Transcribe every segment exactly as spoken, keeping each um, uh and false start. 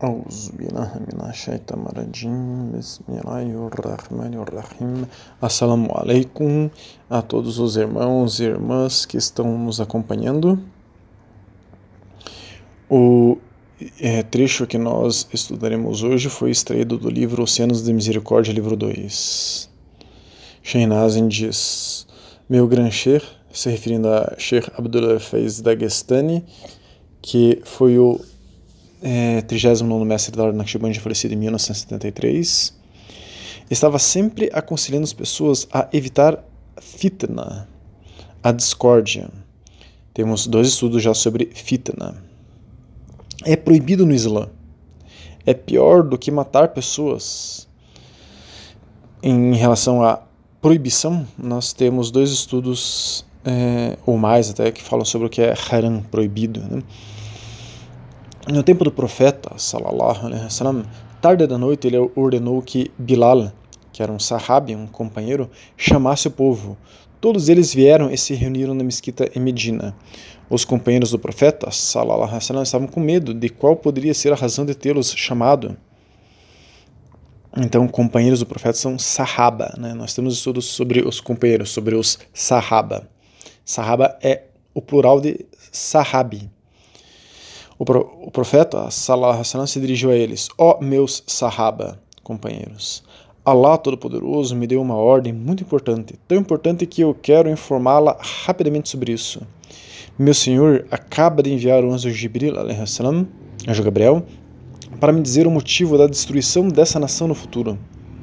Auzu billahi minash shaitanir rajim. Bismillahirrahmanirrahim. Assalamu alaikum a todos os irmãos e irmãs que estão nos acompanhando. O é, trecho que nós estudaremos hoje foi extraído do livro Oceanos de Misericórdia, livro dois. Sheikh Nazim diz: meu Gran Sheikh, se referindo a Sheikh Abdullah Faiz Dagestani, que foi o É, trigésimo nono mestre da Ordem Naqshbandi, falecido em mil novecentos e setenta e três, estava sempre aconselhando as pessoas a evitar fitna, a discórdia. Temos dois estudos já sobre fitna. É proibido no Islã. É pior do que matar pessoas. Em relação à proibição, nós temos dois estudos, é, ou mais até, que falam sobre o que é haram, proibido, né? No tempo do profeta, sallallahu alaihi wasallam, tarde da noite ele ordenou que Bilal, que era um sahabi, um companheiro, chamasse o povo. Todos eles vieram e se reuniram na mesquita em Medina. Os companheiros do profeta, sallallahu alaihi wasallam, estavam com medo de qual poderia ser a razão de tê-los chamado. Então, companheiros do profeta são sahaba, né? Nós temos estudos sobre os companheiros, sobre os sahaba. Sahaba é o plural de sahabi. O profeta, sallallahu alaihi wasallam, se dirigiu a eles: ó oh, meus sahaba, companheiros, Allah Todo-Poderoso me deu uma ordem muito importante, tão importante que eu quero informá-la rapidamente sobre isso. Meu Senhor acaba de enviar o anjo Jibril, alaihi salam, anjo Gabriel, para me dizer o motivo da destruição dessa nação no futuro.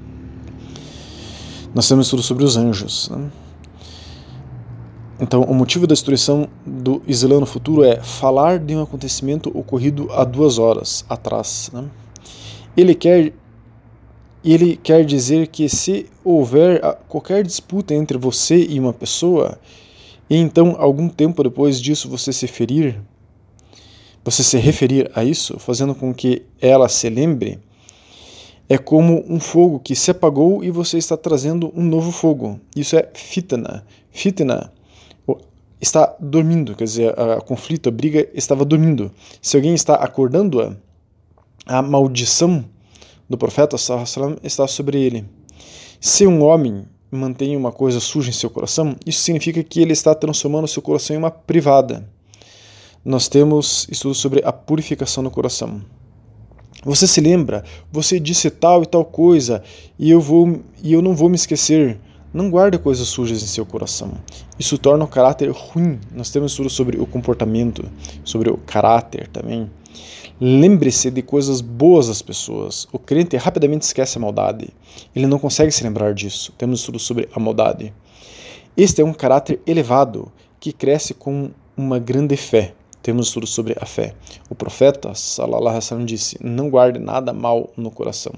Nós temos estudo sobre os anjos, né? Então, o motivo da destruição do Islã no futuro é falar de um acontecimento ocorrido há duas horas atrás, né? Ele quer, ele quer dizer que se houver qualquer disputa entre você e uma pessoa, e então, algum tempo depois disso, você se ferir, você se referir a isso, fazendo com que ela se lembre, é como um fogo que se apagou e você está trazendo um novo fogo. Isso é fitna. Fitna está dormindo, quer dizer, a conflito, a briga estava dormindo. Se alguém está acordando-a, a maldição do profeta sallallahu alaihi wasallam está sobre ele. Se um homem mantém uma coisa suja em seu coração, isso significa que ele está transformando seu coração em uma privada. Nós temos estudos sobre a purificação do coração. Você se lembra? Você disse tal e tal coisa e eu, vou, e eu não vou me esquecer. Não guarde coisas sujas em seu coração. Isso torna o caráter ruim. Nós temos estudo sobre o comportamento, sobre o caráter também. Lembre-se de coisas boas das pessoas. O crente rapidamente esquece a maldade. Ele não consegue se lembrar disso. Temos estudo sobre a maldade. Este é um caráter elevado que cresce com uma grande fé. Temos estudo sobre a fé. O profeta, sallallahu alaihi wasallam, disse: não guarde nada mal no coração.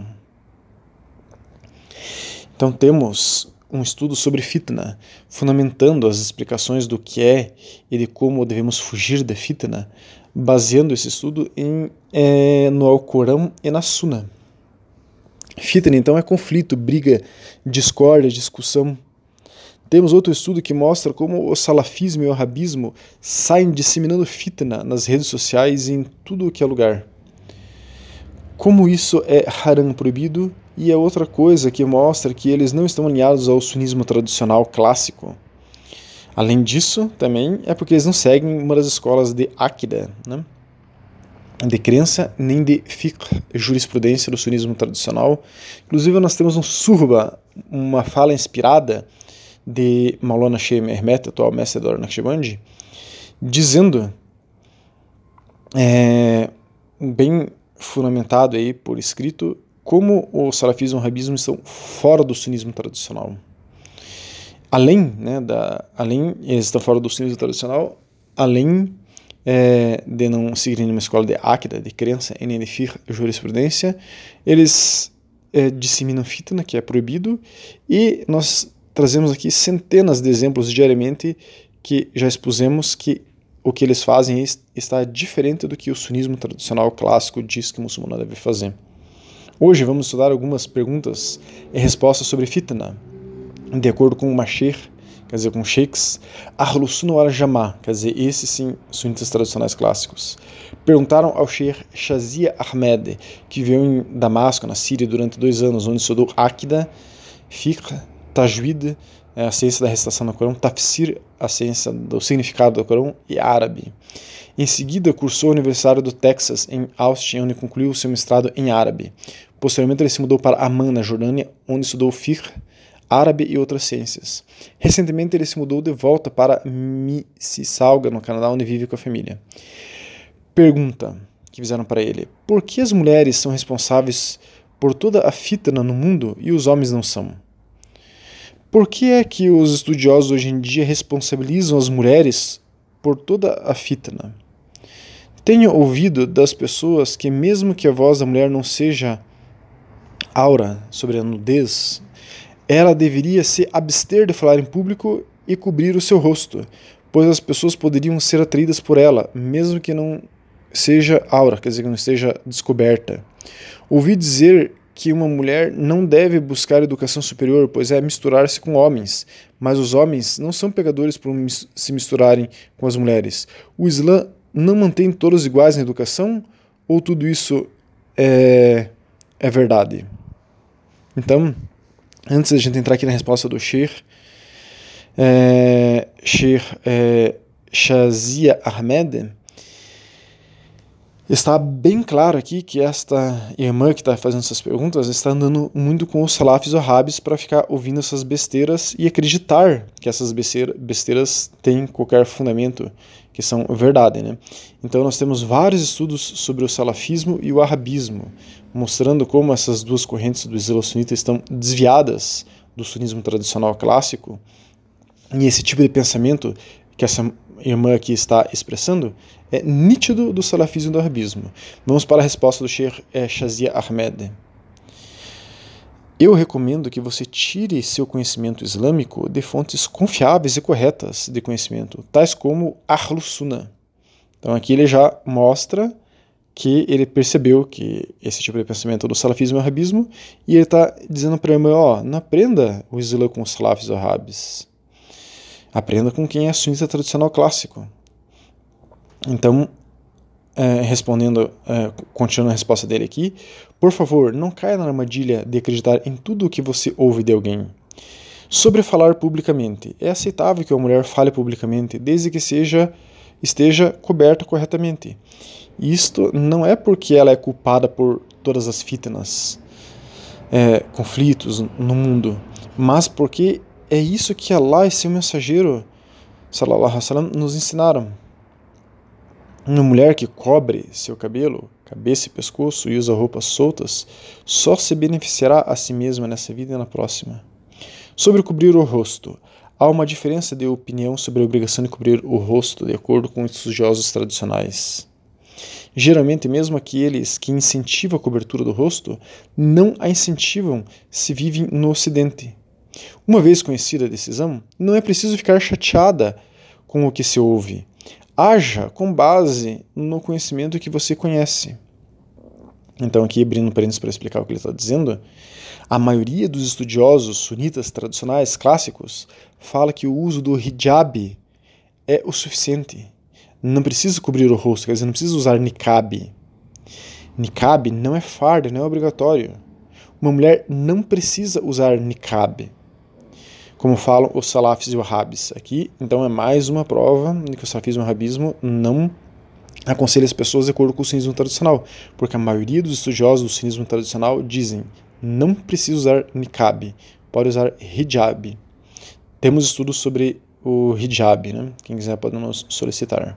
Então temos um estudo sobre fitna, fundamentando as explicações do que é e de como devemos fugir da fitna, baseando esse estudo em, é, no Alcorão e na Sunna. Fitna, então, é conflito, briga, discórdia, discussão. Temos outro estudo que mostra como o salafismo e o wahhabismo saem disseminando fitna nas redes sociais e em tudo o que é lugar. Como isso é haram, proibido, e é outra coisa que mostra que eles não estão alinhados ao sunismo tradicional clássico. Além disso, também é porque eles não seguem uma das escolas de Aqida, né? De crença, nem de fiqh, jurisprudência do sunismo tradicional. Inclusive, nós temos um surba, uma fala inspirada de Maulana Sheikh Mehmet, atual mestre da Ordem Naqshbandi, dizendo, é, bem fundamentado aí por escrito, como o salafismo e o wahhabismo estão fora do sunismo tradicional. Além, né, da, além, eles estão fora do sunismo tradicional, além é, de não seguirem uma escola de Aqida, de crença, e nem de fiqh, jurisprudência, eles é, disseminam fitna, que é proibido, e nós trazemos aqui centenas de exemplos diariamente que já expusemos que o que eles fazem está diferente do que o sunismo tradicional clássico diz que o muçulmano deve fazer. Hoje vamos estudar algumas perguntas e respostas sobre fitna, de acordo com uma sheikh quer dizer, com sheikhs, Ahlu Sunnah wal Jamaa, quer dizer, esses sim, sunitas tradicionais clássicos, perguntaram ao Sheikh Shazia Ahmed, que viveu em Damasco, na Síria, durante dois anos, onde estudou Aqida, Fiqh, Tajwid, a ciência da recitação do Corão, Tafsir, a ciência do significado do Corão, e árabe. Em seguida, cursou a Universidade do Texas, em Austin, onde concluiu seu mestrado em árabe. Posteriormente, ele se mudou para Amman, na Jordânia, onde estudou Fiqh, árabe e outras ciências. Recentemente, ele se mudou de volta para Mississauga, no Canadá, onde vive com a família. Pergunta que fizeram para ele: por que as mulheres são responsáveis por toda a fitna no mundo e os homens não são? Por que é que os estudiosos hoje em dia responsabilizam as mulheres por toda a fitna? Tenho ouvido das pessoas que, mesmo que a voz da mulher não seja aura sobre a nudez, ela deveria se abster de falar em público e cobrir o seu rosto, pois as pessoas poderiam ser atraídas por ela, mesmo que não seja aura, quer dizer, que não esteja descoberta. Ouvi dizer que uma mulher não deve buscar educação superior, pois é misturar-se com homens, mas os homens não são pecadores por se misturarem com as mulheres. O Islã não mantém todos iguais na educação, ou tudo isso é, é verdade? Então, antes da gente entrar aqui na resposta do Sheikh, é, Sheikh é, Shazia Ahmed, está bem claro aqui que esta irmã que está fazendo essas perguntas está andando muito com os salafis wahhabis para ficar ouvindo essas besteiras e acreditar que essas besteiras têm qualquer fundamento, que são verdade, né? Então nós temos vários estudos sobre o salafismo e o wahhabismo, mostrando como essas duas correntes do Islã sunita estão desviadas do sunismo tradicional clássico, e esse tipo de pensamento que essa irmã aqui está expressando é nítido do salafismo e do wahhabismo. Vamos para a resposta do Sheikh Shazia Ahmed. Eu recomendo que você tire seu conhecimento islâmico de fontes confiáveis e corretas de conhecimento, tais como Ahlu Sunnah. Então aqui ele já mostra que ele percebeu que esse tipo de pensamento é do salafismo e wahhabismo, e ele está dizendo para a irmã, ó, não aprenda o Islã com os salafis e wahhabis. Aprenda com quem é sunita tradicional clássico. Então, é, respondendo, é, continuando a resposta dele aqui, por favor, não caia na armadilha de acreditar em tudo o que você ouve de alguém. Sobre falar publicamente, é aceitável que uma mulher fale publicamente, desde que seja, esteja coberta corretamente. Isto não é porque ela é culpada por todas as fitnas, é, conflitos no mundo, mas porque é isso que Allah e seu mensageiro, sallallahu alaihi wasallam, nos ensinaram. Uma mulher que cobre seu cabelo, cabeça e pescoço e usa roupas soltas, só se beneficiará a si mesma nessa vida e na próxima. Sobre cobrir o rosto, há uma diferença de opinião sobre a obrigação de cobrir o rosto, de acordo com os estudiosos tradicionais. Geralmente, mesmo aqueles que incentivam a cobertura do rosto, não a incentivam se vivem no Ocidente. Uma vez conhecida a decisão, não é preciso ficar chateada com o que se ouve. Haja com base no conhecimento que você conhece. Então, aqui abrindo parênteses para explicar o que ele está dizendo, a maioria dos estudiosos sunitas tradicionais clássicos fala que o uso do hijab é o suficiente. Não precisa cobrir o rosto, quer dizer, não precisa usar niqab. Niqab não é fardo, não é obrigatório. Uma mulher não precisa usar niqab, como falam os salafis e wahhabis aqui. Então é mais uma prova de que o salafismo e o wahhabismo não aconselha as pessoas de acordo com o sunismo tradicional, porque a maioria dos estudiosos do sunismo tradicional dizem não precisa usar niqab, pode usar hijab. Temos estudos sobre o hijab, né? Quem quiser pode nos solicitar.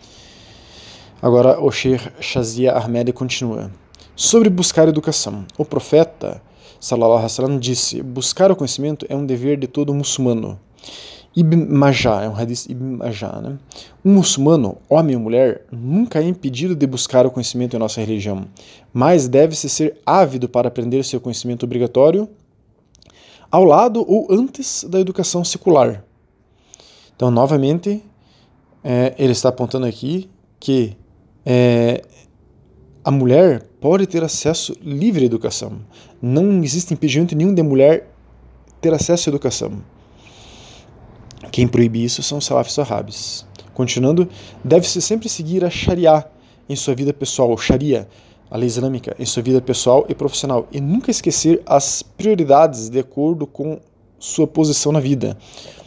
Agora o Sheikh Shazia Ahmed continua. Sobre buscar educação, o profeta sallallahu alaihi wasallam disse: buscar o conhecimento é um dever de todo muçulmano. Ibn Majah, é um hadith Ibn Majah, né? Um muçulmano, homem ou mulher, nunca é impedido de buscar o conhecimento em nossa religião, mas deve-se ser ávido para aprender seu conhecimento obrigatório ao lado ou antes da educação secular. Então, novamente, é, ele está apontando aqui que é, a mulher pode ter acesso livre à educação. Não existe impedimento nenhum de mulher ter acesso à educação. Quem proíbe isso são os salafis wahhabis. Continuando, deve-se sempre seguir a Sharia em sua vida pessoal, ou Sharia, a lei islâmica, em sua vida pessoal e profissional, e nunca esquecer as prioridades de acordo com sua posição na vida,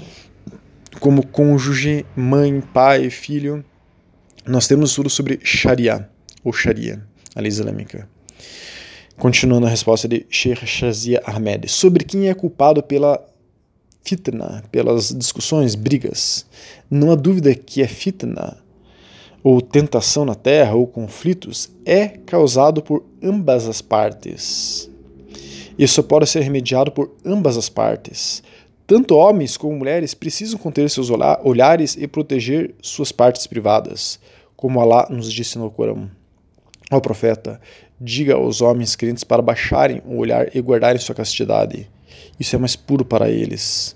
como cônjuge, mãe, pai, filho. Nós temos estudo sobre Sharia, ou Sharia, a lei islâmica. Continuando a resposta de Sheikh Shazia Ahmed, sobre quem é culpado pela fitna, pelas discussões, brigas. Não há dúvida que a fitna, ou tentação na terra, ou conflitos, é causado por ambas as partes. Isso pode ser remediado por ambas as partes. Tanto homens como mulheres precisam conter seus olhares e proteger suas partes privadas, como Alá nos disse no Corão. Ó profeta, diga aos homens crentes para baixarem o olhar e guardarem sua castidade. Isso é mais puro para eles.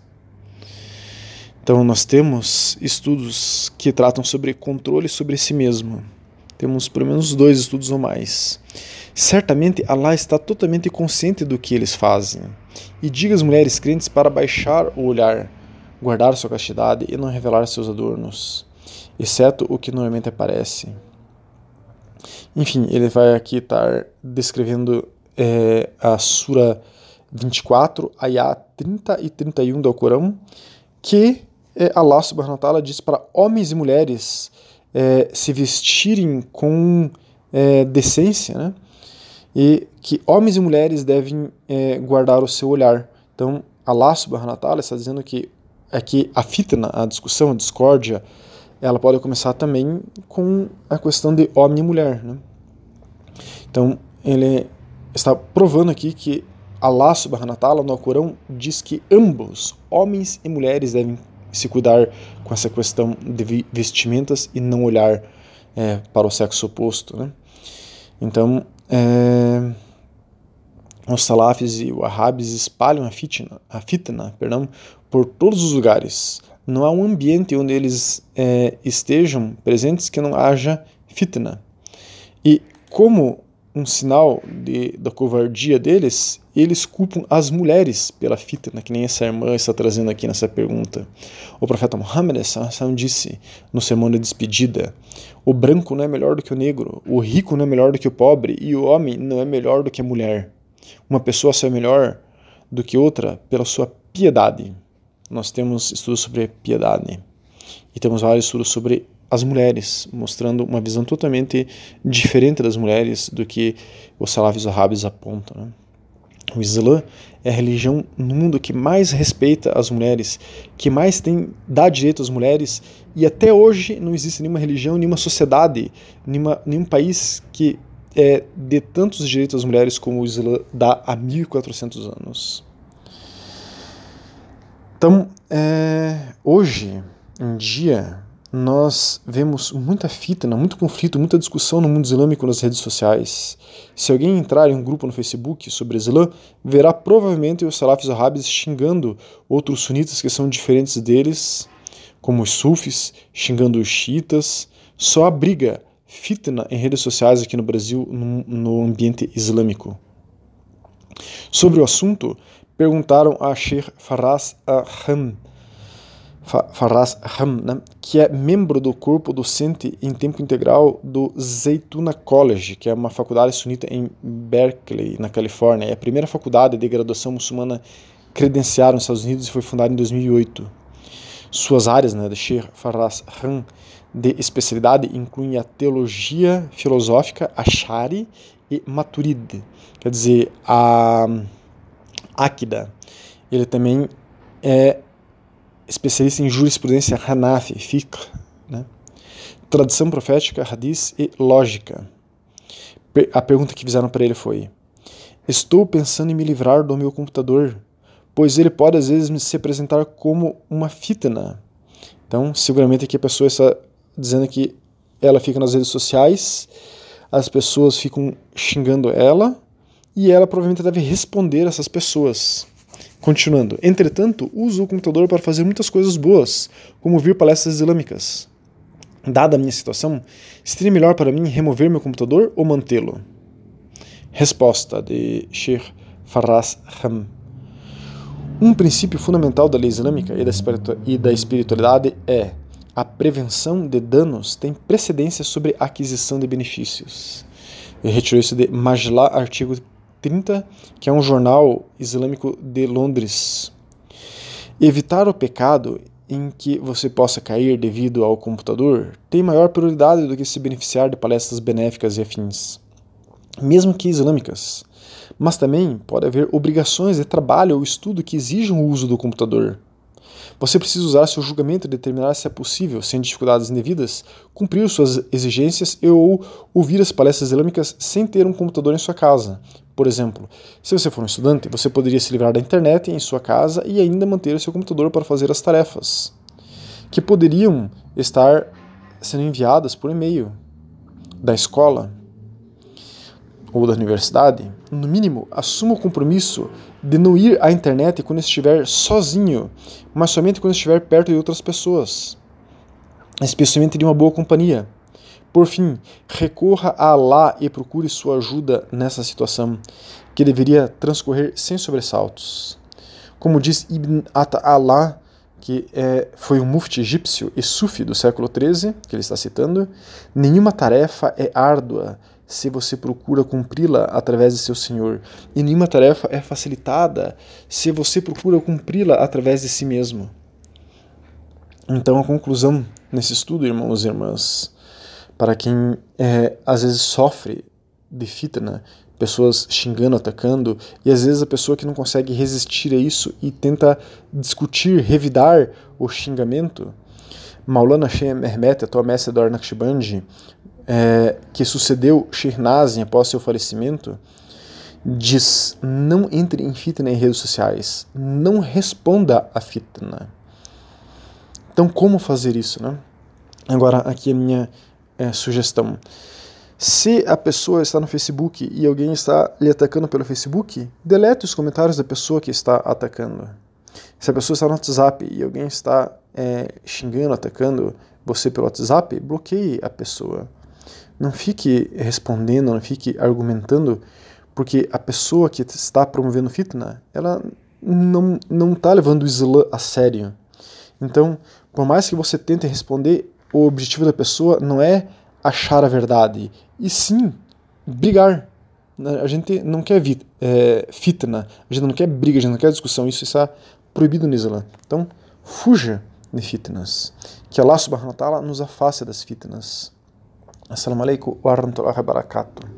Então nós temos estudos que tratam sobre controle sobre si mesmo. Temos pelo menos dois estudos ou mais. Certamente Allah está totalmente consciente do que eles fazem. E diga às mulheres crentes para baixar o olhar, guardar sua castidade e não revelar seus adornos, exceto o que normalmente aparece. Enfim, ele vai aqui estar descrevendo é, a Sura vinte e quatro, Ayah trinta e trinta e um do Alcorão, que é, Allah subhanahu wa ta'ala diz para homens e mulheres é, se vestirem com é, decência, né? E que homens e mulheres devem é, guardar o seu olhar. Então, Allah subhanahu wa ta'ala está dizendo que, é que a fitna, a discussão, a discórdia, ela pode começar também com a questão de homem e mulher, né? Então, ele está provando aqui que Allah subhanahu wa ta'ala no Alcorão diz que ambos, homens e mulheres, devem se cuidar com essa questão de vestimentas e não olhar é, para o sexo oposto, né? Então, é, os salafis e wahhabis espalham a fitna, a fitna perdão, por todos os lugares. Não há um ambiente onde eles é, estejam presentes que não haja fitna. E como um sinal de, da covardia deles, eles culpam as mulheres pela fitna, que nem essa irmã está trazendo aqui nessa pergunta. O profeta Muhammad disse no sermão de despedida: o branco não é melhor do que o negro, o rico não é melhor do que o pobre, e o homem não é melhor do que a mulher. Uma pessoa só é melhor do que outra pela sua piedade. Nós temos estudos sobre piedade, e temos vários estudos sobre as mulheres, mostrando uma visão totalmente diferente das mulheres do que os salafis wahhabis apontam, né? O Islã é a religião no mundo que mais respeita as mulheres, que mais tem, dá direito às mulheres, e até hoje não existe nenhuma religião, nenhuma sociedade, nenhuma, nenhum país que é, dê tantos direitos às mulheres como o Islã dá há mil e quatrocentos anos. Então, é, hoje em dia, nós vemos muita fitna, muito conflito, muita discussão no mundo islâmico nas redes sociais. Se alguém entrar em um grupo no Facebook sobre Islã, verá provavelmente os salafis wahhabis xingando outros sunitas que são diferentes deles, como os sufis, xingando os xiitas. Só há briga, fitna em redes sociais aqui no Brasil, no, no ambiente islâmico. Sobre o assunto, perguntaram a Sheikh Faraz Aham, Faraz Ham, né, que é membro do corpo docente em tempo integral do Zaytuna College, que é uma faculdade sunita em Berkeley, na Califórnia. É a primeira faculdade de graduação muçulmana credenciada nos Estados Unidos e foi fundada em dois mil e oito. Suas áreas, né, de Sheikh Faraz Ham, de especialidade incluem a teologia filosófica, Ash'ari e Maturid, quer dizer, a Akida. Ele também é especialista em jurisprudência Hanafi, Fiqh, né? Tradição profética, Hadith e lógica. A pergunta que fizeram para ele foi: estou pensando em me livrar do meu computador, pois ele pode às vezes se apresentar como uma fitna. Então, seguramente aqui a pessoa está dizendo que ela fica nas redes sociais, as pessoas ficam xingando ela, e ela provavelmente deve responder a essas pessoas. Continuando, entretanto, uso o computador para fazer muitas coisas boas, como ouvir palestras islâmicas. Dada a minha situação, seria melhor para mim remover meu computador ou mantê-lo? Resposta de Sheikh Faraz Ham: Um princípio fundamental da lei islâmica e da, espiritu e da espiritualidade é: a prevenção de danos tem precedência sobre a aquisição de benefícios. Ele retirou isso de Majlah, artigo trinta, que é um jornal islâmico de Londres. Evitar o pecado em que você possa cair devido ao computador tem maior prioridade do que se beneficiar de palestras benéficas e afins, mesmo que islâmicas. Mas também pode haver obrigações de trabalho ou estudo que exijam o uso do computador. Você precisa usar seu julgamento e determinar se é possível, sem dificuldades indevidas, cumprir suas exigências e ou ouvir as palestras islâmicas sem ter um computador em sua casa. Por exemplo, se você for um estudante, você poderia se livrar da internet em sua casa e ainda manter o seu computador para fazer as tarefas, que poderiam estar sendo enviadas por e-mail da escola ou da universidade. No mínimo, assuma o compromisso de não ir à internet quando estiver sozinho, mas somente quando estiver perto de outras pessoas, especialmente de uma boa companhia. Por fim, recorra a Allah e procure sua ajuda nessa situação, que deveria transcorrer sem sobressaltos. Como diz Ibn Ata'Allah, que é, foi um mufti egípcio e sufi do século treze, que ele está citando, nenhuma tarefa é árdua se você procura cumpri-la através de seu Senhor, e nenhuma tarefa é facilitada se você procura cumpri-la através de si mesmo. Então, a conclusão nesse estudo, irmãos e irmãs, para quem é, às vezes sofre de fitna, pessoas xingando, atacando, e às vezes a pessoa que não consegue resistir a isso e tenta discutir, revidar o xingamento, Maulana Sheikh Mehmet, atual mestre do Ar-Naqshbandi, é, que sucedeu Sheikh Nazim após seu falecimento, diz: não entre em fitna em redes sociais, não responda a fitna. Então, como fazer isso, né? Agora, aqui a minha é, sugestão. Se a pessoa está no Facebook e alguém está lhe atacando pelo Facebook, delete os comentários da pessoa que está atacando. Se a pessoa está no WhatsApp e alguém está é, xingando, atacando você pelo WhatsApp, bloqueie a pessoa. Não fique respondendo, não fique argumentando, porque a pessoa que está promovendo fitna, ela não não está levando o Islã a sério. Então, por mais que você tente responder, o objetivo da pessoa não é achar a verdade, e sim brigar. A gente não quer é, fitna, a gente não quer briga, a gente não quer discussão, isso está proibido no Islã. Então, fuja de fitnas. Que Allah subhanahu wa ta'ala nos afaste das fitnas. Assalamu alaikum wa rahmatullahi wa barakatuh.